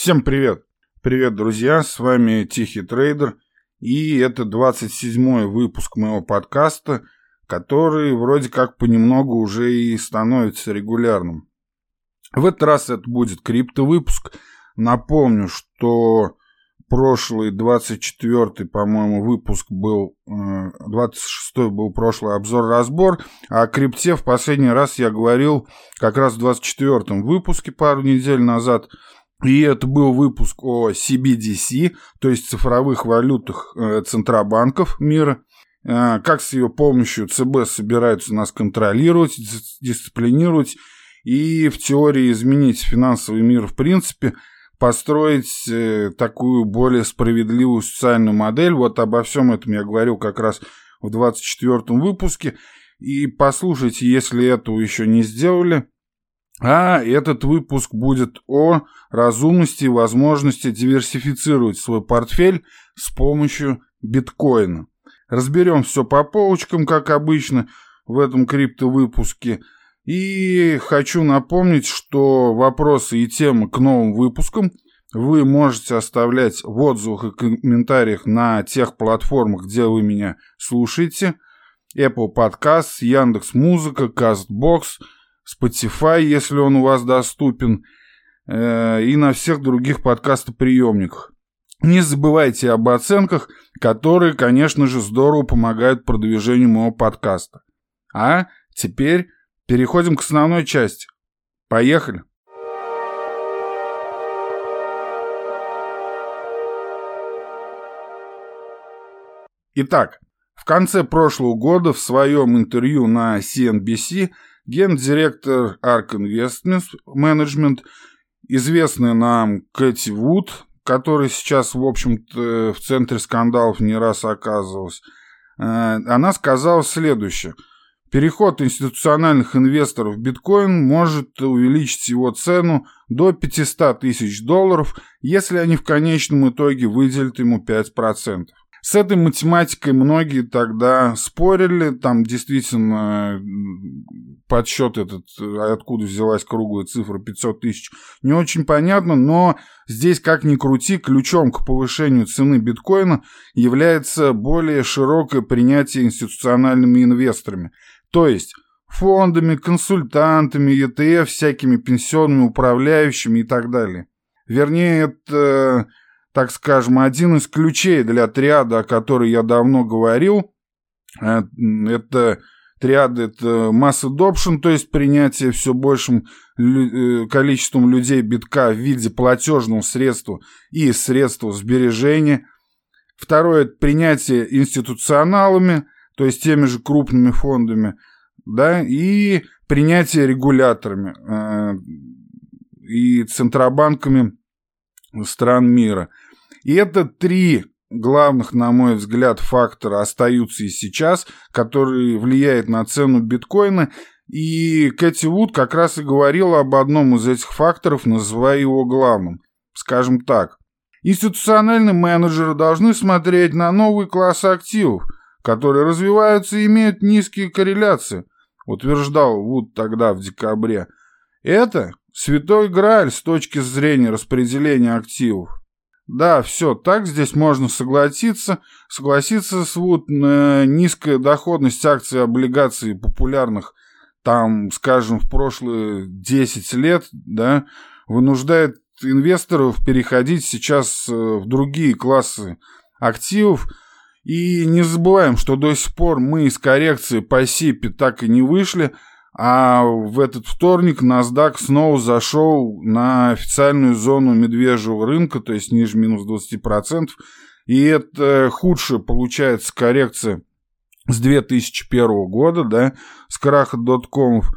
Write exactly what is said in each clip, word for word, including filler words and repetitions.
Всем привет! Привет, друзья, с вами Тихий Трейдер, и это двадцать седьмой выпуск моего подкаста, который вроде как понемногу уже и становится регулярным. В этот раз это будет криптовыпуск. Напомню, что прошлый двадцать четвёртый, по-моему, выпуск был, двадцать шестой был прошлый обзор-разбор, а о крипте в последний раз я говорил как раз в двадцать четвёртом выпуске пару недель назад. И это был выпуск о си би ди си, то есть цифровых валютах центробанков мира. Как с ее помощью ЦБ собираются нас контролировать, дисциплинировать и в теории изменить финансовый мир в принципе, построить такую более справедливую социальную модель. Вот обо всем этом я говорил как раз в двадцать четвёртом выпуске. И послушайте, если этого еще не сделали. А этот выпуск будет о разумности и возможности диверсифицировать свой портфель с помощью биткоина. Разберем все по полочкам, как обычно, в этом криптовыпуске. И хочу напомнить, что вопросы и темы к новым выпускам вы можете оставлять в отзывах и комментариях на тех платформах, где вы меня слушаете. Apple Podcasts, Яндекс.Музыка, Castbox, Spotify, если он у вас доступен, э, и на всех других подкастоприемниках. Не забывайте об оценках, которые, конечно же, здорово помогают продвижению моего подкаста. А теперь переходим к основной части. Поехали! Итак, в конце прошлого года в своем интервью на си эн би си гендиректор Ark Investment Management, известная нам Кэти Вуд, которая сейчас, в общем-то, в центре скандалов не раз оказывалась, она сказала следующее. Переход институциональных инвесторов в биткоин может увеличить его цену до пятьсот тысяч долларов, если они в конечном итоге выделят ему пять процентов. С этой математикой многие тогда спорили, там действительно подсчет этот, откуда взялась круглая цифра пятьсот тысяч, не очень понятно, но здесь, как ни крути, ключом к повышению цены биткоина является более широкое принятие институциональными инвесторами, то есть фондами, консультантами, и ти эф, всякими пенсионными управляющими и так далее. Вернее, это, так скажем, один из ключей для триады, о которой я давно говорил. Это триада, это mass adoption, то есть принятие все большим количеством людей битка в виде платежного средства и средства сбережения. Второе – это принятие институционалами, то есть теми же крупными фондами, да, и принятие регуляторами э, и центробанками стран мира. И это три главных, на мой взгляд, фактора остаются и сейчас, которые влияют на цену биткоина. И Кэти Вуд как раз и говорила об одном из этих факторов, называя его главным. Скажем так, институциональные менеджеры должны смотреть на новый класс активов, которые развиваются и имеют низкие корреляции, утверждал Вуд тогда в декабре. Это святой грааль с точки зрения распределения активов. Да, все, так здесь можно согласиться. Согласиться с Вуд, низкая доходность акций и облигаций популярных, там, скажем, в прошлые десять лет, да, вынуждает инвесторов переходить сейчас в другие классы активов. И не забываем, что до сих пор мы из коррекции по сипи так и не вышли, а в этот вторник NASDAQ снова зашел на официальную зону медвежьего рынка, то есть ниже минус двадцать процентов. И это худшая, получается, коррекция с две тысячи первого года, да, с краха доткомов.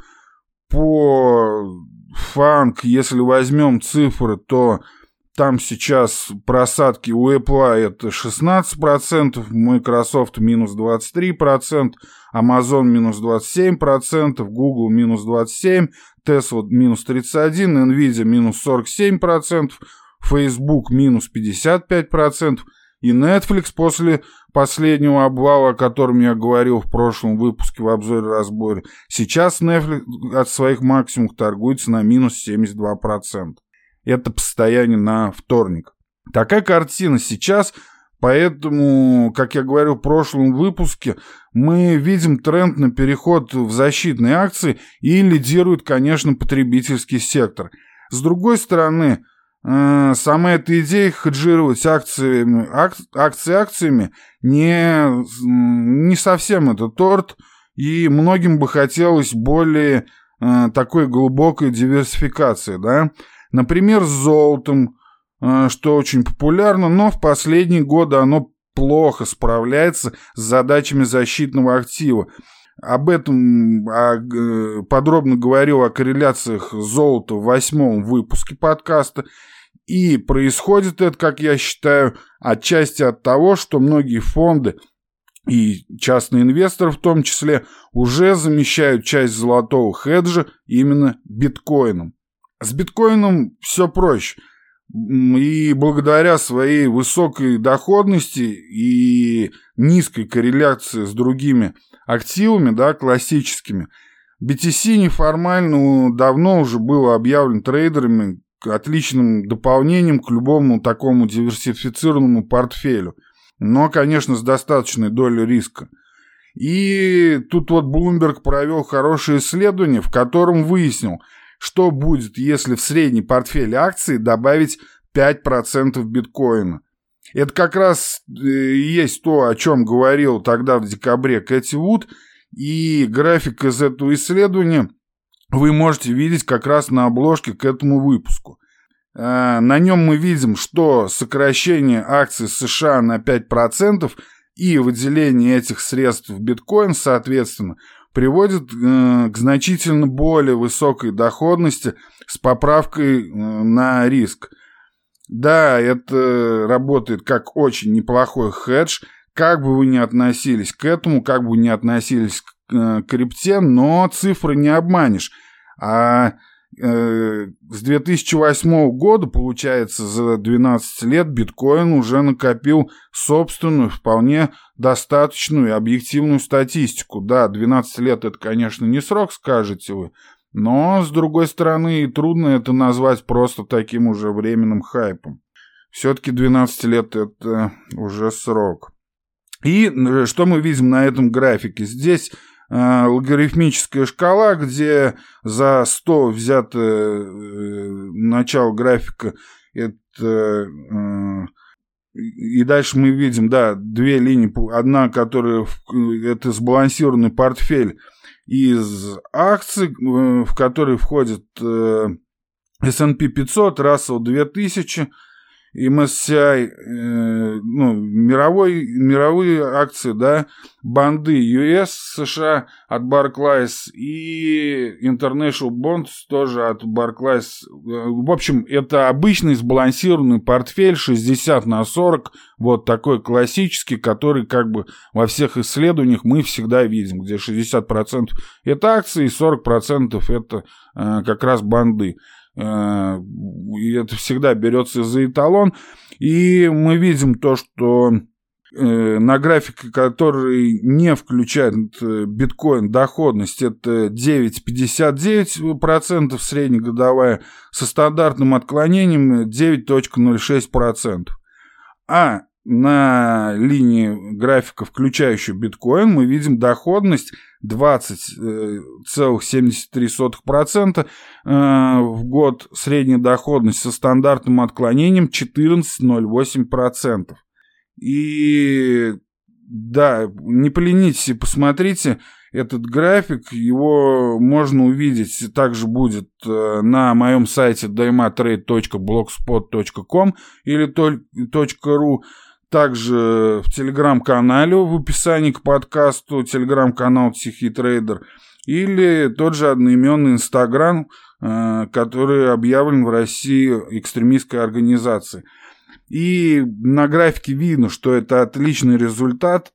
По фанк, если возьмем цифры, то там сейчас просадки у Apple это шестнадцать процентов, Microsoft минус двадцать три процента, Amazon минус двадцать семь процентов, Google минус двадцать семь процентов, Tesla минус тридцать один процент, Nvidia минус сорок семь процентов, Facebook минус пятьдесят пять процентов и Netflix после последнего обвала, о котором я говорил в прошлом выпуске в обзоре-разборе, сейчас Netflix от своих максимумов торгуется на минус семьдесят два процента. это по состоянию на вторник. Такая картина сейчас, поэтому, как я говорил в прошлом выпуске, мы видим тренд на переход в защитные акции и лидирует, конечно, потребительский сектор. С другой стороны, э, сама эта идея хеджировать акциями, ак, акции акциями не, не совсем это торт, и многим бы хотелось более э, такой глубокой диверсификации, да. Например, с золотом, что очень популярно, но в последние годы оно плохо справляется с задачами защитного актива. Об этом подробно говорил о корреляциях золота в восьмом выпуске подкаста. И происходит это, как я считаю, отчасти от того, что многие фонды и частные инвесторы в том числе уже замещают часть золотого хеджа именно биткоином. С биткоином все проще. И благодаря своей высокой доходности и низкой корреляции с другими активами, да, классическими, би ти си неформально давно уже было объявлено трейдерами отличным дополнением к любому такому диверсифицированному портфелю. Но, конечно, с достаточной долей риска. И тут вот Bloomberg провел хорошее исследование, в котором выяснил, что будет, если в средний портфель акций добавить пять процентов биткоина. Это как раз и есть то, о чем говорил тогда в декабре Кэти Вуд, и график из этого исследования вы можете видеть как раз на обложке к этому выпуску. На нем мы видим, что сокращение акций США на пять процентов и выделение этих средств в биткоин, соответственно, приводит э, к значительно более высокой доходности с поправкой э, на риск. Да, это работает как очень неплохой хедж, как бы вы ни относились к этому, как бы вы ни относились к э, крипте, но цифры не обманешь. А э, с две тысячи восьмого года, получается, за двенадцать лет биткоин уже накопил собственную, вполне достаточную и объективную статистику. Да, двенадцать лет это, конечно, не срок, скажете вы, но, с другой стороны, и трудно это назвать просто таким уже временным хайпом. Все-таки двенадцать лет это уже срок. И что мы видим на этом графике? Здесь э, логарифмическая шкала, где за сто взято э, начало графика, это... Э, И дальше мы видим, да, две линии. Одна, которая, это сбалансированный портфель из акций, в который входит эс энд пи пятьсот, Russell две тысячи, эм эс си ай, ну, мировой, мировые акции, да, банды ю эс, США от Barclays и International Bonds тоже от Barclays. В общем, это обычный сбалансированный портфель шестьдесят на сорок, вот такой классический, который как бы во всех исследованиях мы всегда видим, где шестьдесят процентов это акции и сорок процентов это э, как раз банды. И это всегда берется за эталон. И мы видим то, что на графике, который не включает биткоин, доходность это девять целых пятьдесят девять сотых процента среднегодовая, со стандартным отклонением девять целых ноль шесть сотых процента. А на линии графика, включающей биткоин, мы видим доходность двадцать целых семьдесят три сотых процента в год, средняя доходность со стандартным отклонением четырнадцать целых ноль восемь сотых процента. И да, не поленитесь и посмотрите этот график, его можно увидеть, также будет на моем сайте dymatrade точка блогспот точка ком или .ру. Также в телеграм-канале в описании к подкасту, телеграм-канал Тихий Трейдер, или тот же одноименный инстаграм, который объявлен в России экстремистской организацией. И на графике видно, что это отличный результат.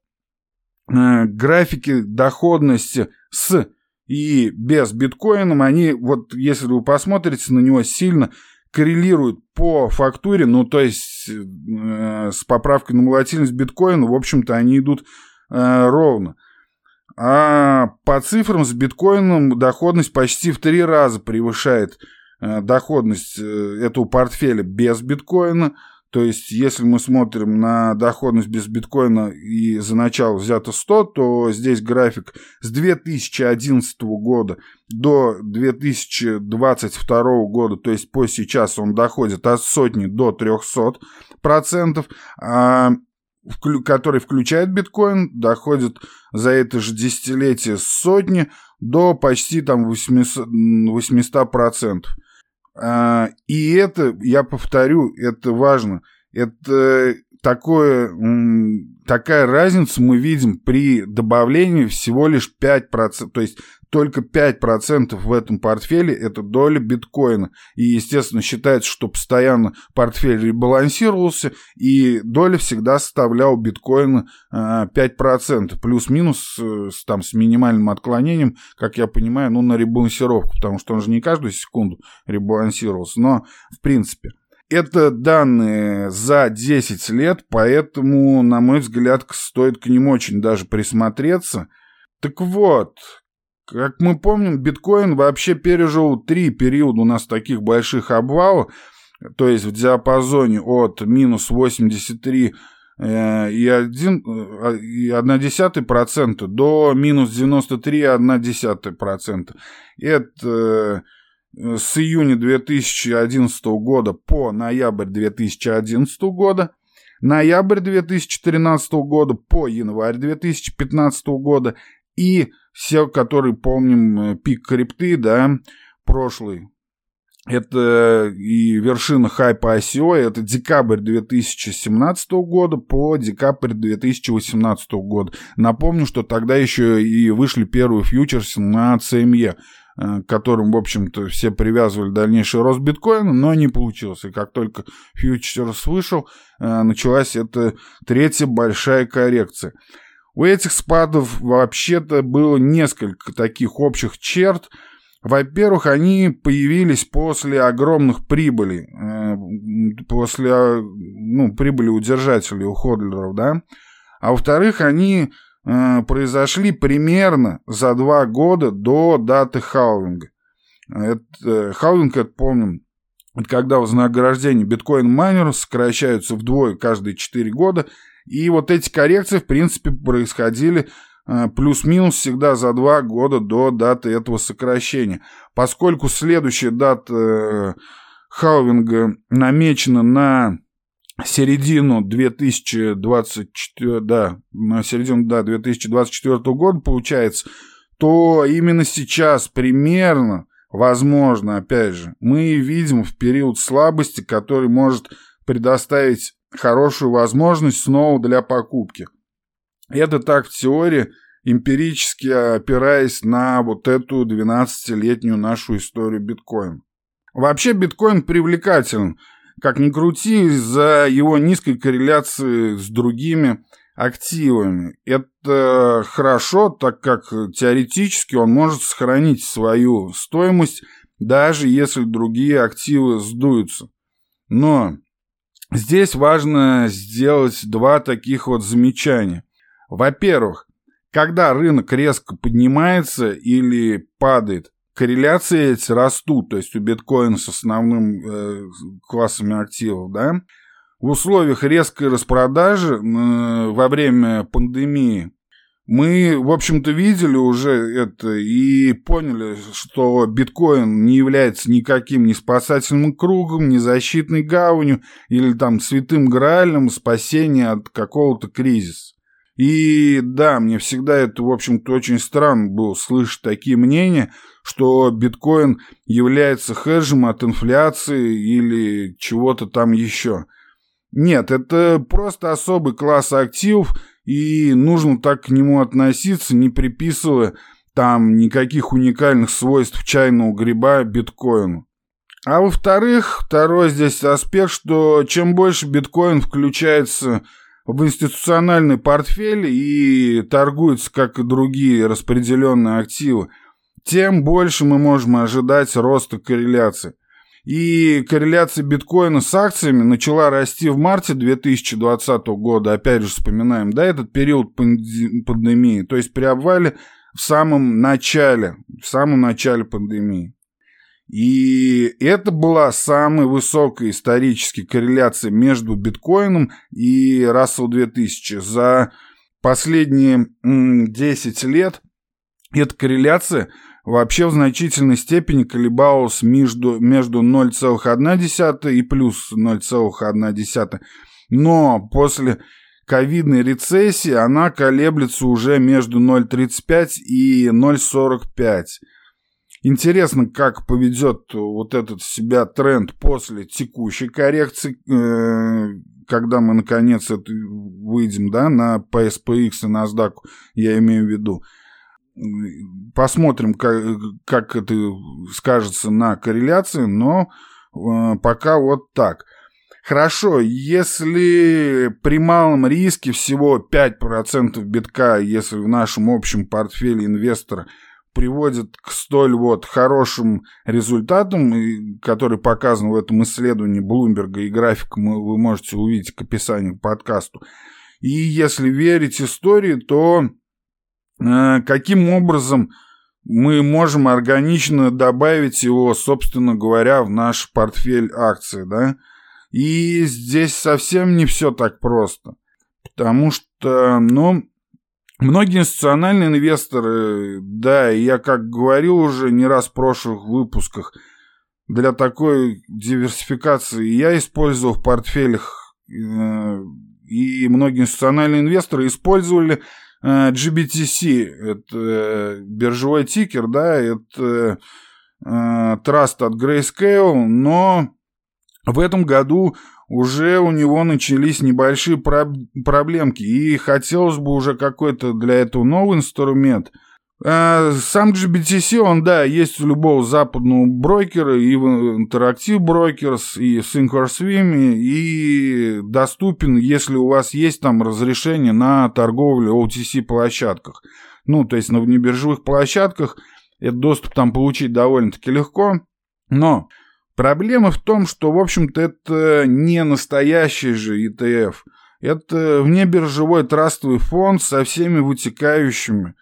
Графики доходности с и без биткоином, они, вот если вы посмотрите на него, сильно коррелируют по фактуре, ну то есть э, с поправкой на волатильность биткоина, в общем-то, они идут э, ровно. А по цифрам с биткоином доходность почти в три раза превышает доходность этого портфеля без биткоина. То есть, если мы смотрим на доходность без биткоина и за начало взято сто, то здесь график с две тысячи одиннадцатого года до две тысячи двадцать второго года, то есть по сейчас он доходит от сотни до трехсот процентов, а который включает биткоин, доходит за это же десятилетие с сотни до почти там восьмисот процентов. И это, я повторю, это важно. Это такое, такая разница мы видим при добавлении всего лишь пять процентов. То есть только пять процентов в этом портфеле – это доля биткоина. И, естественно, считается, что постоянно портфель ребалансировался, и доля всегда составляла биткоина пять процентов. Плюс-минус там, с минимальным отклонением, как я понимаю, ну, на ребалансировку, потому что он же не каждую секунду ребалансировался. Но, в принципе, это данные за десять лет, поэтому, на мой взгляд, стоит к ним очень даже присмотреться. Так вот, как мы помним, биткоин вообще пережил три периода у нас таких больших обвалов, то есть в диапазоне от минус восемьдесят три и одна десятая процента до минус девяносто три и одна десятая процента. Это с июня две тысячи одиннадцатого года по ноябрь две тысячи одиннадцатого года, ноябрь две тысячи тринадцатого года по январь две тысячи пятнадцатого года и все, которые помним, пик крипты, да, прошлый. Это и вершина хайпа ай си о, это декабрь две тысячи семнадцатого года по декабрь две тысячи восемнадцатого года. Напомню, что тогда еще и вышли первые фьючерсы на си эм и, к которым, в общем-то, все привязывали дальнейший рост биткоина, но не получилось. И как только фьючерс вышел, началась эта третья большая коррекция. У этих спадов вообще-то было несколько таких общих черт. Во-первых, они появились после огромных прибылей, после ну, прибыли у держателей, у ходлеров, да. А во-вторых, они произошли примерно за два года до даты халвинга. Это, халвинг, это помним, это когда вознаграждения биткоин-майнеров сокращаются вдвое каждые четыре года. И вот эти коррекции, в принципе, происходили э, плюс-минус всегда за два года до даты этого сокращения. Поскольку следующая дата э, халвинга намечена на середину две тысячи двадцать четвёртого, да, на середину, да, две тысячи двадцать четвёртого года, получается, то именно сейчас примерно, возможно, опять же, мы видим в период слабости, который может предоставить хорошую возможность снова для покупки. Это так в теории, эмпирически опираясь на вот эту двенадцатилетнюю нашу историю биткоина. Вообще биткоин привлекателен, как ни крути, из-за его низкой корреляции с другими активами. Это хорошо, так как теоретически он может сохранить свою стоимость, даже если другие активы сдуются. Но здесь важно сделать два таких вот замечания. Во-первых, когда рынок резко поднимается или падает, корреляции эти растут, то есть у биткоина с основным э, классами активов, да. В условиях резкой распродажи э, во время пандемии мы, в общем-то, видели уже это и поняли, что биткоин не является никаким ни спасательным кругом, ни защитной гаванью или там святым граалем спасения от какого-то кризиса. И да, мне всегда это, в общем-то, очень странно было слышать такие мнения, что биткоин является хеджем от инфляции или чего-то там еще. Нет, это просто особый класс активов, и нужно так к нему относиться, не приписывая там никаких уникальных свойств чайного гриба биткоину. А во-вторых, второй здесь аспект, что чем больше биткоин включается в институциональный портфель и торгуется, как и другие распределенные активы, тем больше мы можем ожидать роста корреляции. И корреляция биткоина с акциями начала расти в марте две тысячи двадцатого года, опять же вспоминаем, да, этот период пандемии, то есть при обвале в самом начале, в самом начале пандемии. И это была самая высокая историческая корреляция между биткоином и Russell две тысячи. За последние десять лет эта корреляция вообще в значительной степени колебалась между, между ноль целых одна десятая и плюс ноль целых одна десятая. Но после ковидной рецессии она колеблется уже между ноль целых тридцать пять и ноль целых сорок пять. Интересно, как поведет вот этот себя тренд после текущей коррекции, когда мы наконец это выйдем, да, на пи эс пи икс и NASDAQ, я имею в виду. Посмотрим, как, как это скажется на корреляции, но пока вот так. Хорошо, если при малом риске всего пять процентов битка, если в нашем общем портфеле инвестора приводит к столь вот хорошим результатам, который показан в этом исследовании Блумберга, и график вы можете увидеть к описанию к подкасту. И если верить истории, то э, каким образом мы можем органично добавить его, собственно говоря, в наш портфель акций, да? И здесь совсем не все так просто, потому что, ну, многие институциональные инвесторы, да, и я, как говорил уже не раз в прошлых выпусках, для такой диверсификации я использовал в портфелях, и многие институциональные инвесторы использовали джи би ти си, это биржевой тикер, да, это траст от Grayscale, но в этом году уже у него начались небольшие проблемки, и хотелось бы уже какой-то для этого новый инструмент. Сам джи би ти си, он, да, есть у любого западного брокера, и в Interactive Brokers, и в Thinkorswim, и доступен, если у вас есть там разрешение на торговлю о ти си-площадках. Ну, то есть на внебиржевых площадках этот доступ там получить довольно-таки легко, но проблема в том, что, в общем-то, это не настоящий же и ти эф. Это внебиржевой трастовый фонд со всеми вытекающими.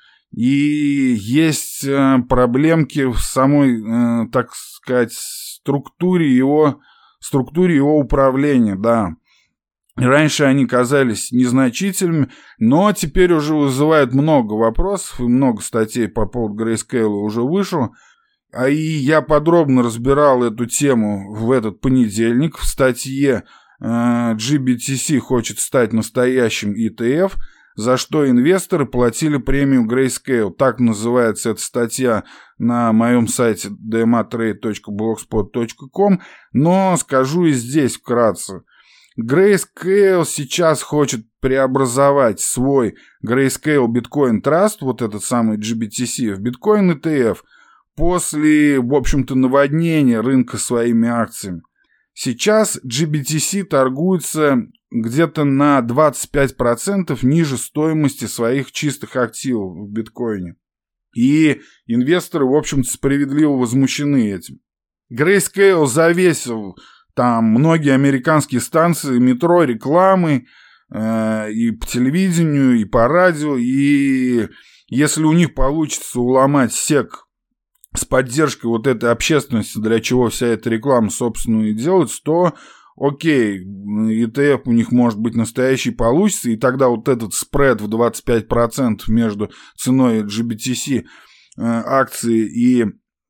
И есть проблемки в самой, так сказать, структуре его, структуре его управления, да. Раньше они казались незначительными, но теперь уже вызывают много вопросов, и много статей по поводу Grayscale уже вышло. А и я подробно разбирал эту тему в этот понедельник в статье джи би ти си хочет стать настоящим и ти эф, за что инвесторы платили премию Grayscale. Так называется эта статья на моем сайте ди эм эй трейд точка блогспот точка ком, но скажу и здесь вкратце. Grayscale сейчас хочет преобразовать свой Grayscale Bitcoin Trust, вот этот самый джи би ти си, в Bitcoin и ти эф, после, в общем-то, наводнения рынка своими акциями. Сейчас джи би ти си торгуется где-то на двадцать пять процентов ниже стоимости своих чистых активов в биткоине. И инвесторы, в общем-то, справедливо возмущены этим. Grayscale завесил там многие американские станции метро рекламой э, и по телевидению, и по радио. И если у них получится уломать сек с поддержкой вот этой общественности, для чего вся эта реклама, собственно, и делается, то окей, и ти эф у них может быть настоящий получится, и тогда вот этот спред в двадцать пять процентов между ценой джи би ти си э, акции и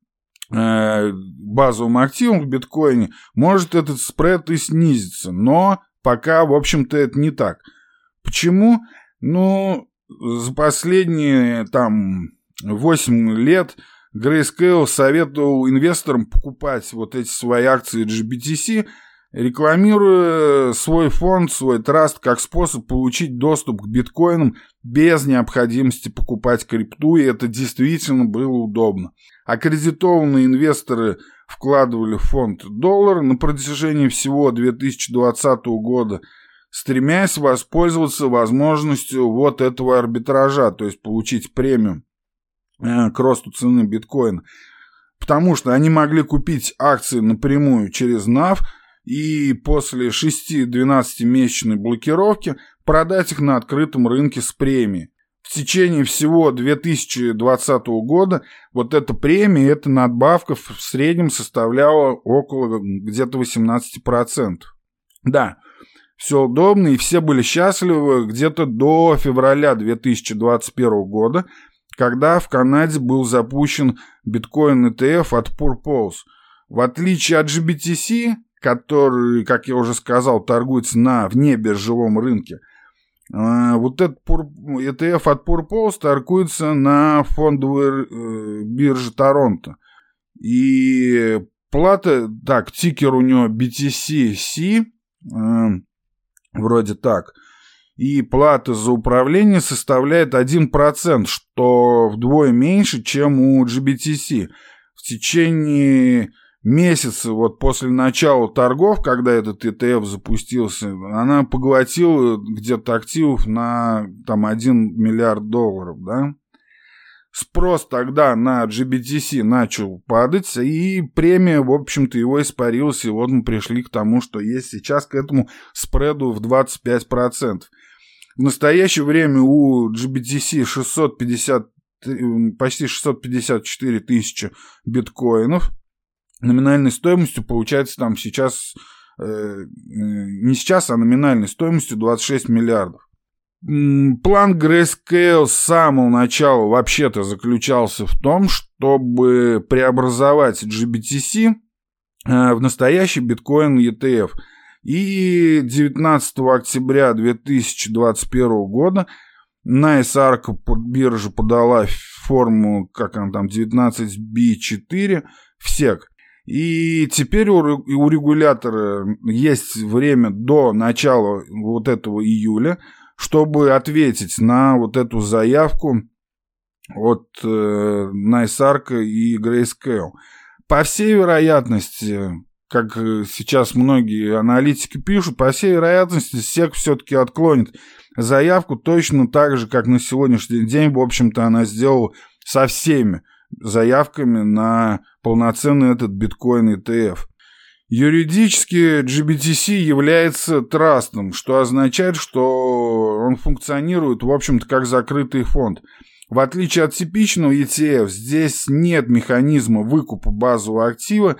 э, базовым активом в биткоине, может этот спред и снизиться, но пока, в общем-то, это не так. Почему? Ну, за последние там восемь лет Grayscale советовал инвесторам покупать вот эти свои акции джи би ти си, рекламируя свой фонд, свой траст как способ получить доступ к биткоинам без необходимости покупать крипту, и это действительно было удобно. Аккредитованные инвесторы вкладывали в фонд доллар на протяжении всего две тысячи двадцатого года, стремясь воспользоваться возможностью вот этого арбитража, то есть получить премию к росту цены биткоина, потому что они могли купить акции напрямую через эн эй эф и после шести-двенадцатимесячной блокировки продать их на открытом рынке с премией. в течение всего две тысячи двадцатого года вот эта премия, эта надбавка в среднем составляла около где-то восемнадцать процентов. Да, все удобно, и все были счастливы где-то до февраля две тысячи двадцать первого года, когда в Канаде был запущен биткоин и ти эф от Purpose. В отличие от джи би ти си, который, как я уже сказал, торгуется на внебиржевом рынке, вот этот и ти эф от Purpose торгуется на фондовой бирже Торонто. И плата, так, тикер у него би ти си си, вроде так. И плата за управление составляет один процент, что вдвое меньше, чем у джи би ти си. В течение месяца, вот после начала торгов, когда этот и ти эф запустился, она поглотила где-то активов на там один миллиард долларов, да. Спрос тогда на джи би ти си начал падать, и премия, в общем-то, его испарилась, и вот мы пришли к тому, что есть сейчас к этому спреду в двадцать пять процентов. В настоящее время у джи би ти си шестьсот пятьдесят, почти шестьсот пятьдесят четыре тысячи биткоинов. Номинальной стоимостью получается там сейчас, э, не сейчас, а номинальной стоимостью двадцать шесть миллиардов. План Grayscale с самого начала вообще-то заключался в том, чтобы преобразовать джи би ти си в настоящий биткоин и ти эф. И девятнадцатого октября две тысячи двадцать первого года NiceArk биржа подала форму, как она там, девятнадцать би четыре в сек. И теперь у, у регулятора есть время до начала вот этого июля, чтобы ответить на вот эту заявку от э, NiceArk и Grayscale. По всей вероятности, как сейчас многие аналитики пишут, по всей вероятности сек все-таки отклонит заявку точно так же, как на сегодняшний день, в общем-то, она сделала со всеми заявками на полноценный этот биткоин и ти эф. Юридически джи би ти си является трастом, что означает, что он функционирует, в общем-то, как закрытый фонд. В отличие от типичного и ти эф, здесь нет механизма выкупа базового актива,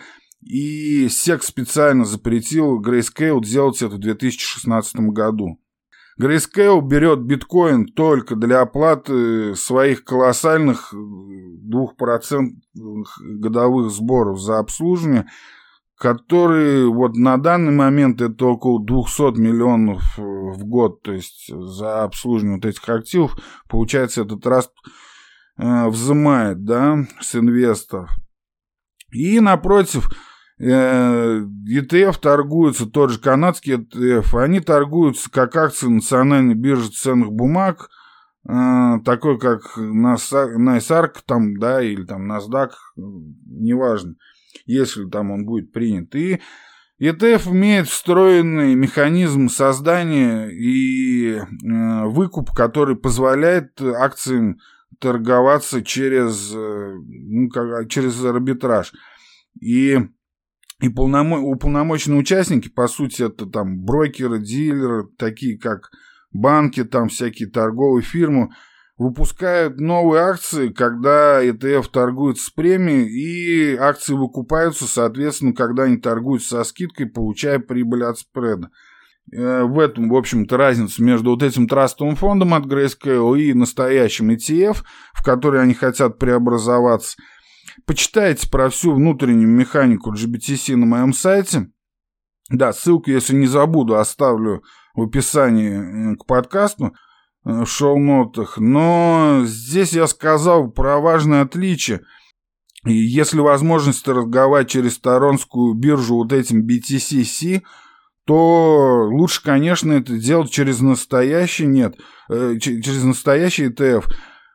и сек специально запретил Grayscale делать это в две тысячи шестнадцатом году. Grayscale берет биткоин только для оплаты своих колоссальных двух процентов годовых сборов за обслуживание, которые вот на данный момент это около двести миллионов в год, то есть за обслуживание вот этих активов, получается, этот траст э, взимает, да, с инвесторов. И напротив, э, и ти эф торгуется, тот же канадский и ти эф, они торгуются как акции национальной биржи ценных бумаг, э, такой как NiceArk, там, да, или там NASDAQ, неважно, если там он будет принят. И и ти эф имеет встроенный механизм создания и э, выкуп, который позволяет акциям торговаться через, э, ну, как, через арбитраж. И, и полномо- уполномоченные участники, по сути, это там брокеры, дилеры, такие как банки, там всякие торговые фирмы, выпускают новые акции, когда и ти эф торгуется с премией, и акции выкупаются, соответственно, когда они торгуются со скидкой, получая прибыль от спреда. В этом, в общем-то, разница между вот этим трастовым фондом от Grayscale и настоящим и ти эф, в который они хотят преобразоваться. Почитайте про всю внутреннюю механику джи би ти си на моем сайте. Да, ссылку, если не забуду, оставлю в описании к подкасту, в шоу-нотах. Но здесь я сказал про важное отличие. И если возможность торговать через торонтскую биржу вот этим би ти си си, то лучше, конечно, это делать через настоящий, нет, э, через настоящий и ти эф.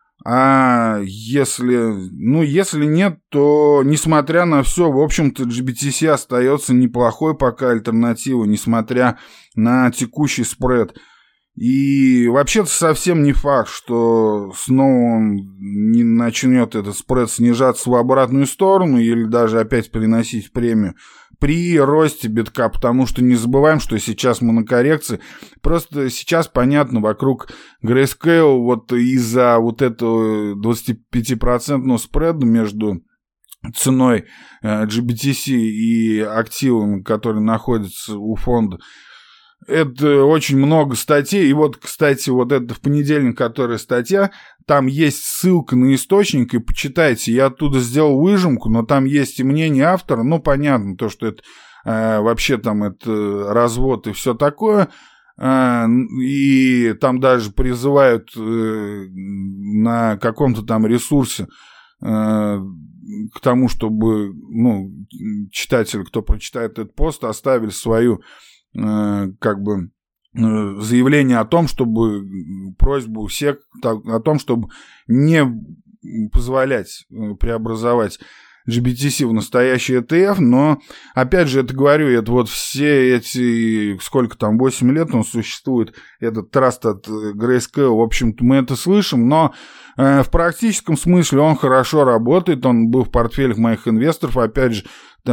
А если, ну, если нет, то, несмотря на все, в общем-то, джи би ти си остается неплохой пока альтернативой, несмотря на текущий спред. И вообще-то совсем не факт, что снова он не начнет этот спред снижаться в обратную сторону или даже опять приносить премию, при росте битка, потому что не забываем, что сейчас мы на коррекции. Просто сейчас, понятно, вокруг Grayscale вот из-за вот этого двадцатипятипроцентного спреда между ценой джи би ти си и активами, которые находятся у фонда, это очень много статей. И вот, кстати, вот это в понедельник, которая статья, там есть ссылка на источник, и почитайте. Я оттуда сделал выжимку, но там есть и мнение автора. Ну, понятно, то, что это э, вообще там это развод и все такое. Э, и там даже призывают э, на каком-то там ресурсе э, к тому, чтобы, ну, читатели, кто прочитает этот пост, оставили свою как бы заявление о том, чтобы просьбу всех о том, чтобы не позволять преобразовать джи би ти си в настоящий и ти эф, но, опять же, это говорю, это вот все эти, сколько там, восемь лет он существует, этот траст от Grayscale, в общем-то, мы это слышим, но э, в практическом смысле он хорошо работает, он был в портфелях моих инвесторов, опять же,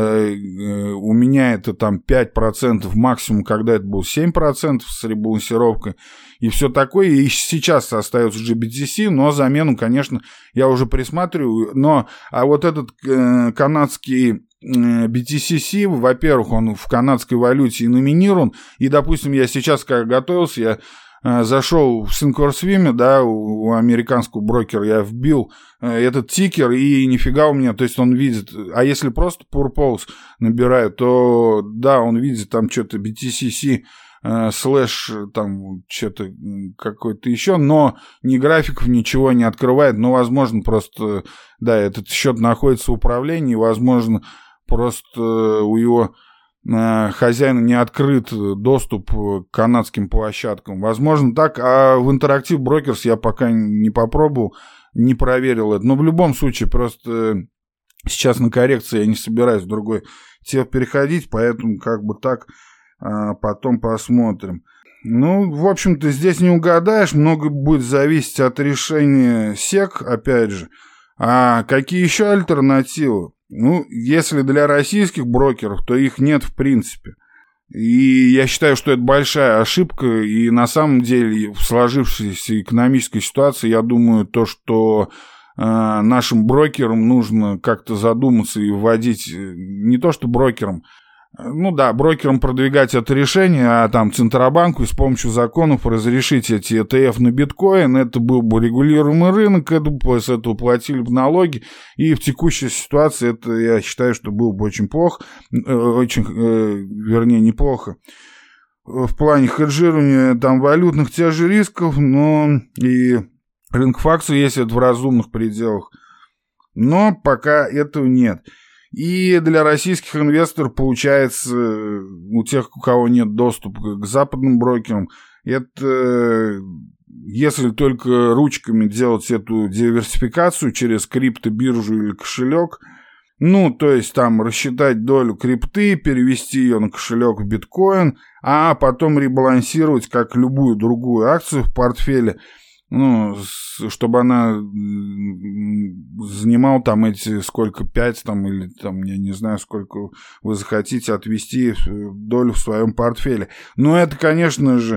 у меня это там пять процентов максимум, когда это было семь процентов с ребалансировкой и все такое. И сейчас остается джи би ти си, но замену, конечно, я уже присматриваю. Но, а вот этот э, канадский э, би ти си си, во-первых, он в канадской валюте и номинирован. И, допустим, я сейчас, как готовился, я зашел в Thinkorswim, да, у, у американского брокера, я вбил э, этот тикер, и нифига у меня, то есть он видит, а если просто Purpose набираю, то да, он видит там что-то би ти си си э, слэш, там что-то какой-то еще, но ни графиков, ничего не открывает, но, возможно, просто, да, этот счет находится в управлении, возможно, просто у его хозяина не открыт доступ к канадским площадкам. Возможно так, а в Interactive Brokers я пока не попробовал, не проверил это. Но в любом случае, просто сейчас на коррекции я не собираюсь в другой тел переходить, поэтому как бы так а потом посмотрим. Ну, в общем-то, здесь не угадаешь, много будет зависеть от решения сек, опять же. А какие еще альтернативы? Ну, если для российских брокеров, то их нет в принципе. И я считаю, что это большая ошибка. И на самом деле в сложившейся экономической ситуации, я думаю, то, что э, нашим брокерам нужно как-то задуматься и вводить, не то что брокерам, ну да, брокерам продвигать это решение, а там Центробанку и с помощью законов разрешить эти и ти эф на биткоин, это был бы регулируемый рынок, это, с этого платили бы налоги, и в текущей ситуации это, я считаю, что было бы очень плохо, очень, вернее, неплохо в плане хеджирования там валютных тех же рисков, но и рынок акций, если это в разумных пределах, но пока этого нет. И для российских инвесторов, получается, у тех, у кого нет доступа к западным брокерам, это, если только ручками делать эту диверсификацию через криптобиржу или кошелек, ну, то есть там рассчитать долю крипты, перевести ее на кошелек в биткоин, а потом ребалансировать как любую другую акцию в портфеле, ну, чтобы она занимала там эти сколько, пять там или там, я не знаю, сколько вы захотите отвести долю в своем портфеле. Но это, конечно же,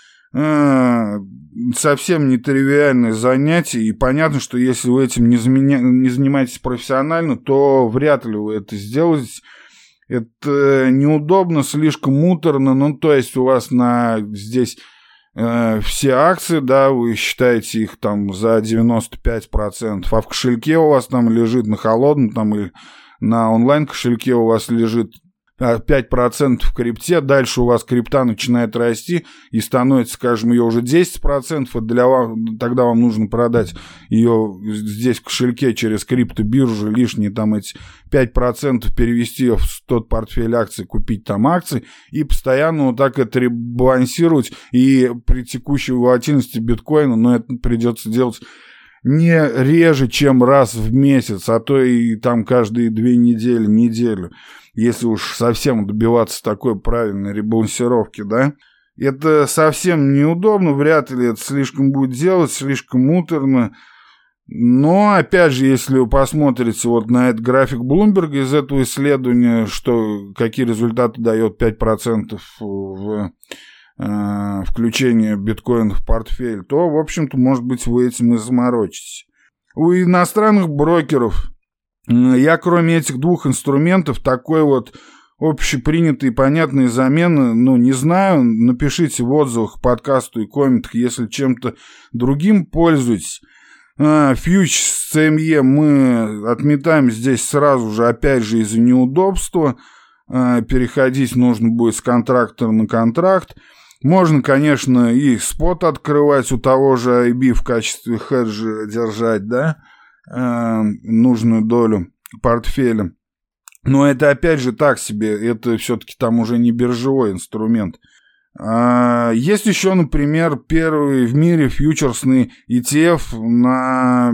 совсем нетривиальное занятие, и понятно, что если вы этим не, заменя... не занимаетесь профессионально, то вряд ли вы это сделаете. Это неудобно, слишком муторно, ну, то есть у вас на здесь э, все акции, да, вы считаете их там за девяносто пять процентов, а в кошельке у вас там лежит на холодном, там или на онлайн-кошельке у вас лежит пять процентов в крипте, дальше у вас крипта начинает расти и становится, скажем, ее уже десять процентов, и для вас, тогда вам нужно продать ее здесь в кошельке через криптобиржу, лишние там эти пять процентов перевести ее в тот портфель акций, купить там акции и постоянно вот так это ребалансировать, и при текущей волатильности биткоина, но это придется делать не реже, чем раз в месяц, а то и там каждые две недели, неделю, если уж совсем добиваться такой правильной ребалансировки, да. Это совсем неудобно, вряд ли это слишком будет делать, слишком муторно. Но, опять же, если вы посмотрите вот на этот график Bloomberg из этого исследования, что какие результаты дает пять процентов в э, включение биткоина в портфель, то, в общем-то, может быть, вы этим и заморочитесь. У иностранных брокеров я, кроме этих двух инструментов, такой вот общепринятые и понятные замены, ну, не знаю, напишите в отзывах, подкасту и комментах, если чем-то другим пользуетесь. Фьючерс си эм и мы отметаем здесь сразу же, опять же, из-за неудобства. Переходить нужно будет с контракта на контракт. Можно, конечно, и спот открывать у того же ай би в качестве хеджа держать, да, нужную долю портфеля. Но это, опять же, так себе. Это все-таки там уже не биржевой инструмент. Есть еще, например, первый в мире фьючерсный и ти эф на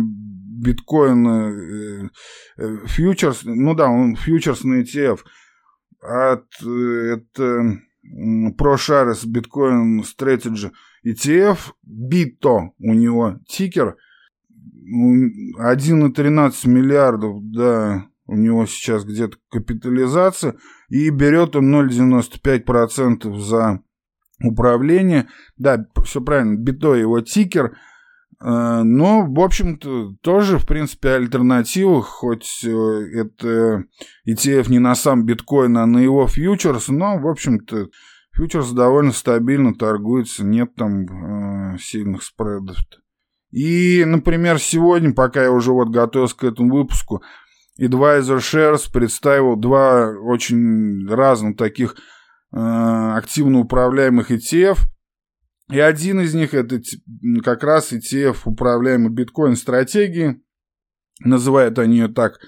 биткоин. Фьючерс, ну да, он фьючерсный и ти эф. От, это ProShares Bitcoin Strategy и ти эф. бито у него тикер. один целых тринадцать миллиардов, да, у него сейчас где-то капитализация. И берет он ноль целых девяносто пять сотых процента за управление. Да, все правильно, бито его тикер. Но, в общем-то, тоже, в принципе, альтернатива, хоть это и ти эф не на сам биткоин, а на его фьючерс, но, в общем-то, фьючерс довольно стабильно торгуется, нет там э, сильных спредов. И, например, сегодня, пока я уже вот готовился к этому выпуску, Advisor Shares представил два очень разных таких э, активно управляемых и ти эф. И один из них это как раз и ти эф управляемый биткоин-стратегии. Называют они ее так.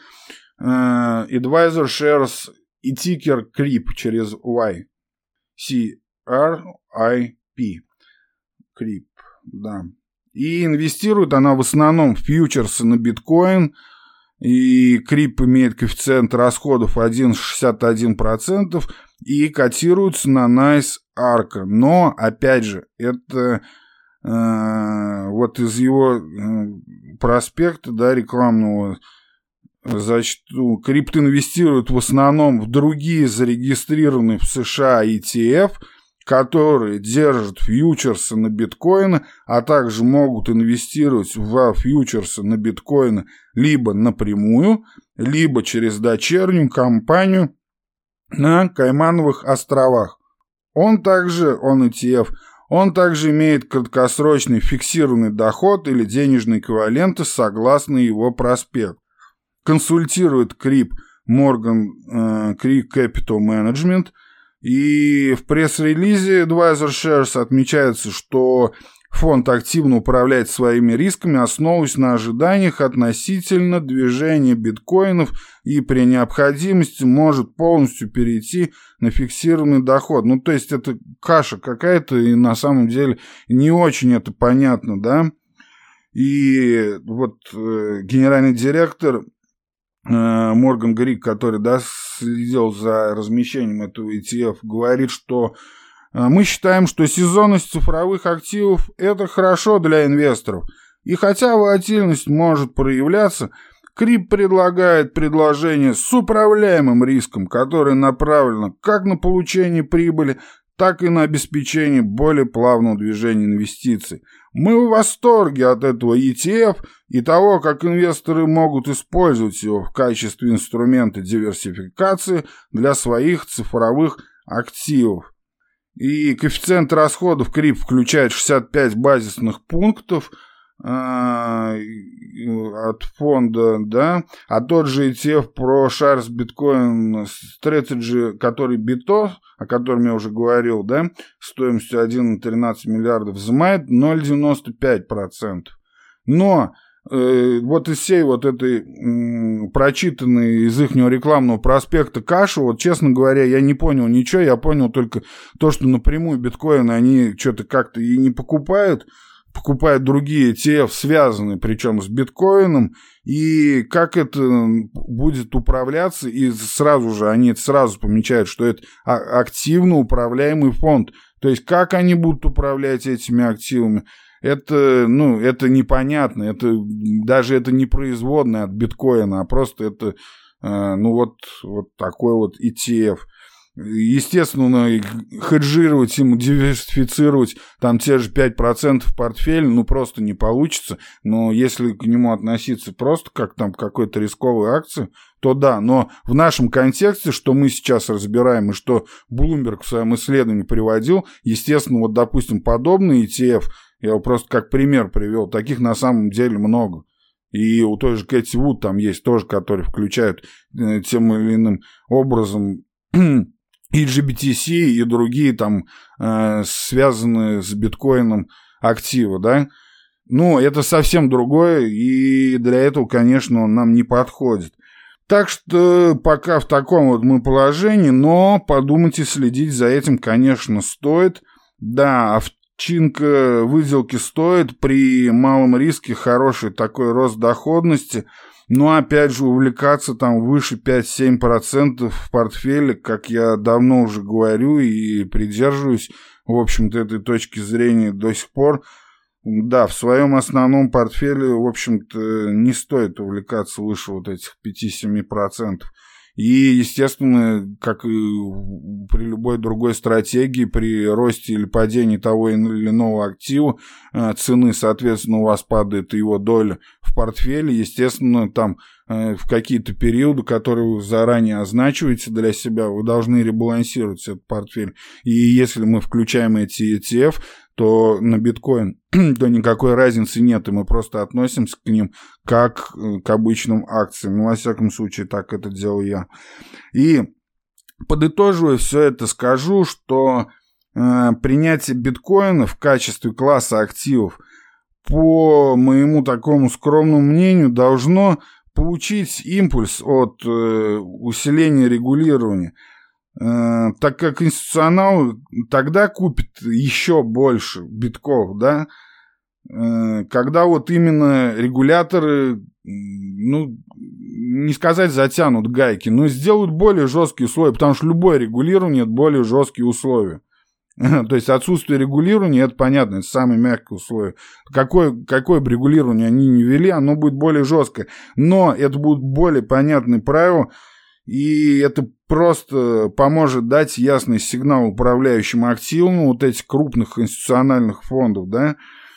Advisor Shares и тикер крип через Y. си ар ай пи. крип, да. И инвестирует она в основном в фьючерсы на биткоин. И крип имеет коэффициент расходов один целых шестьдесят один процент и котируется на Nice Arca. Но, опять же, это э, вот из его э, проспекта, да, рекламного, зачту, крипт инвестирует в основном в другие зарегистрированные в США и ти эф, которые держат фьючерсы на биткоины, а также могут инвестировать в фьючерсы на биткоины либо напрямую, либо через дочернюю компанию на Каймановых островах. Он также, он и ти эф, он также имеет краткосрочный фиксированный доход или денежные эквиваленты согласно его проспекту. Консультирует крип Morgan э, Creek Capital Management. И в пресс-релизе Advisor Shares отмечается, что фонд активно управляет своими рисками, основываясь на ожиданиях относительно движения биткоинов и при необходимости может полностью перейти на фиксированный доход. Ну, то есть это каша какая-то, и на самом деле не очень это понятно, да. И вот э, генеральный директор Морган Грик, который, да, следил за размещением этого и ти эф, говорит, что мы считаем, что сезонность цифровых активов – это хорошо для инвесторов. И хотя волатильность может проявляться, Крип предлагает предложение с управляемым риском, которое направлено как на получение прибыли, так и на обеспечение более плавного движения инвестиций. Мы в восторге от этого и ти эф и того, как инвесторы могут использовать его в качестве инструмента диверсификации для своих цифровых активов. И коэффициент расходов крип включает шестьдесят пять базисных пунктов э, от фонда, да, а тот же и ти эф ProShares Bitcoin Strategy, который бито, о котором я уже говорил, да, стоимостью один целых тринадцать миллиардов, взимает ноль целых девяносто пять сотых процента. Но э, вот из всей вот этой э, прочитанной из их рекламного проспекта каши, вот честно говоря, я не понял ничего, я понял только то, что напрямую биткоины они что-то как-то и не покупают, покупают другие и ти эф, связанные причем с биткоином, и как это будет управляться, и сразу же они сразу помечают, что это активно управляемый фонд. То есть как они будут управлять этими активами, это, ну, это непонятно, это даже это не производное от биткоина, а просто это, ну, вот, вот такой вот и ти эф. Естественно, хеджировать ему, диверсифицировать там те же пять процентов портфеля, ну, просто не получится. Но если к нему относиться просто как там к какой-то рисковой акции, то да. Но в нашем контексте, что мы сейчас разбираем и что Bloomberg в своем исследовании приводил, естественно, вот, допустим, подобные и ти эф, я его просто как пример привел, таких на самом деле много. И у той же Кэти Вуд там есть тоже, которые включают э, тем или иным образом и джи би ти си, и другие там э, связанные с биткоином активы, да. Ну, это совсем другое, и для этого, конечно, он нам не подходит. Так что пока в таком вот мы положении, но подумать и следить за этим, конечно, стоит. Да, овчинка выделки стоит, при малом риске хороший такой рост доходности. Но, опять же, увлекаться там выше пять-семь процентов в портфеле, как я давно уже говорю и придерживаюсь, в общем-то, этой точки зрения до сих пор, да, в своем основном портфеле, в общем-то, не стоит увлекаться выше вот этих пять-семь процентов. И, естественно, как и при любой другой стратегии, при росте или падении того или иного актива, цены, соответственно, у вас падает его доля в портфеле. Естественно, там в какие-то периоды, которые вы заранее означиваете для себя, вы должны ребалансировать этот портфель. И если мы включаем эти и ти эф, то на биткоин то никакой разницы нет, и мы просто относимся к ним как к обычным акциям. Ну, во всяком случае, так это делаю я. И подытоживая все это, скажу, что э, принятие биткоина в качестве класса активов, по моему такому скромному мнению, должно получить импульс от э, усиления регулирования. Так как институционал тогда купит еще больше битков, да, когда вот именно регуляторы, ну, не сказать затянут гайки, но сделают более жесткие условия, потому что любое регулирование – это более жесткие условия. То есть отсутствие регулирования – это понятно, это самые мягкие условия. Какое, какое бы регулирование они ни ввели, оно будет более жесткое. Но это будут более понятные правила, и это просто поможет дать ясный сигнал управляющим активам вот этих крупных институциональных фондов, да,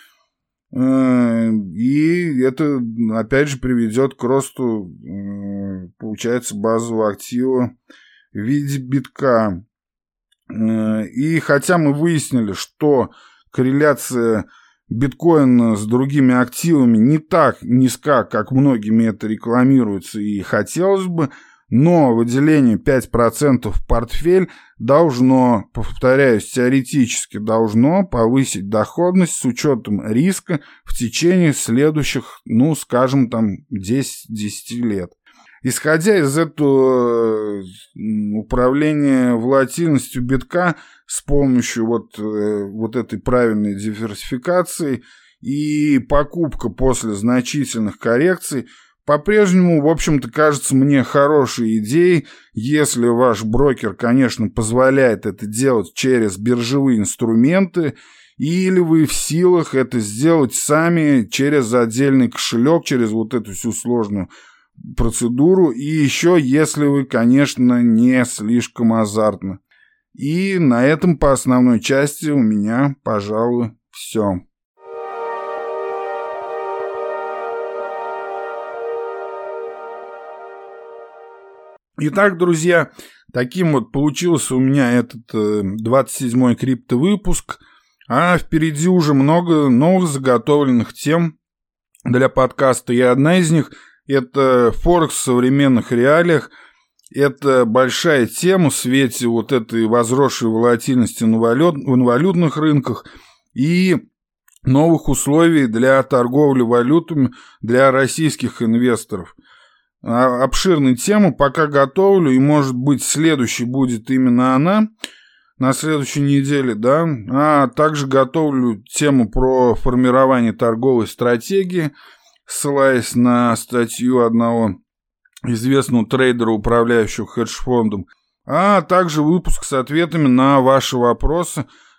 и это, опять же, приведет к росту, получается, базового актива в виде битка. И хотя мы выяснили, что корреляция биткоина с другими активами не так низка, как многими это рекламируется и хотелось бы, но выделение пять процентов в портфель должно, повторяюсь, теоретически должно повысить доходность с учетом риска в течение следующих, ну, скажем, там, десять лет. Исходя из этого управления волатильностью битка с помощью вот, вот этой правильной диверсификации и покупка после значительных коррекций, по-прежнему, в общем-то, кажется мне хорошей идеей, если ваш брокер, конечно, позволяет это делать через биржевые инструменты, или вы в силах это сделать сами через отдельный кошелек, через вот эту всю сложную процедуру, и еще если вы, конечно, не слишком азартны. И на этом по основной части у меня, пожалуй, все. Итак, друзья, таким вот получился у меня этот двадцать седьмой криптовыпуск, а впереди уже много новых заготовленных тем для подкаста, и одна из них – это Форекс в современных реалиях. Это большая тема в свете вот этой возросшей волатильности на валют, на валютных рынках и новых условий для торговли валютами для российских инвесторов. Обширная тема, пока готовлю, и, может быть, следующей будет именно она, на следующей неделе, да, а также готовлю тему про формирование торговой стратегии, ссылаясь на статью одного известного трейдера, управляющего хедж-фондом, а также выпуск с ответами на ваши вопросы,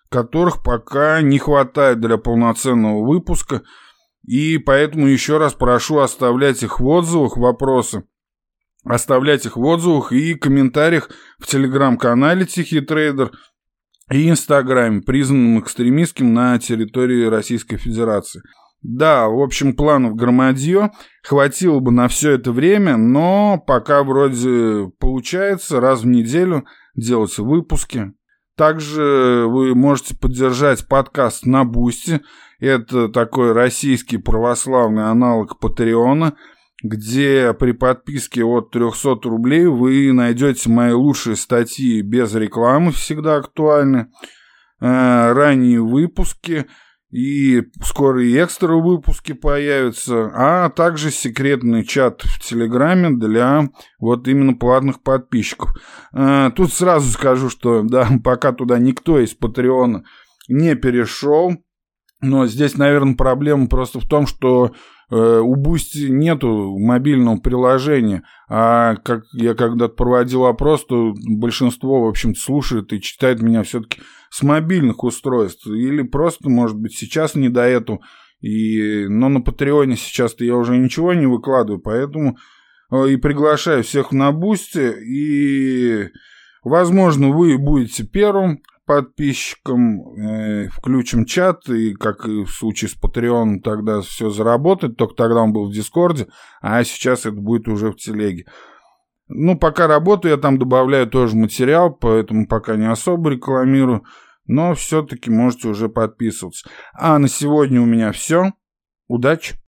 которых пока не хватает для полноценного выпуска. И поэтому еще раз прошу оставлять их в отзывах, вопросы. Оставлять их в отзывах и комментариях в телеграм-канале Тихий Трейдер и инстаграме, признанном экстремистским на территории Российской Федерации. Да, в общем, планов громадье, хватило бы на все это время, но пока вроде получается раз в неделю делать выпуски. Также вы можете поддержать подкаст на Бусти. Это такой российский православный аналог Патреона, где при подписке от трехсот рублей вы найдете мои лучшие статьи без рекламы, всегда актуальны, ранние выпуски, и скоро и экстра выпуски появятся, а также секретный чат в Телеграме для вот именно платных подписчиков. Тут сразу скажу, что да, пока туда никто из Патреона не перешел, но здесь, наверное, проблема просто в том, что у Boosty нету мобильного приложения, а как я когда-то проводил опрос, то большинство, в общем-то, слушает и читает меня все-таки с мобильных устройств. Или просто, может быть, сейчас не до этого. И... Но на Патреоне сейчас-то я уже ничего не выкладываю, поэтому и приглашаю всех на Boosty. И, возможно, вы будете первым подписчикам, э, включим чат, и как и в случае с Patreon, тогда все заработает, только тогда он был в Дискорде, а сейчас это будет уже в Телеге. Ну, пока работаю, я там добавляю тоже материал, поэтому пока не особо рекламирую, но все-таки можете уже подписываться. А на сегодня у меня все. Удачи!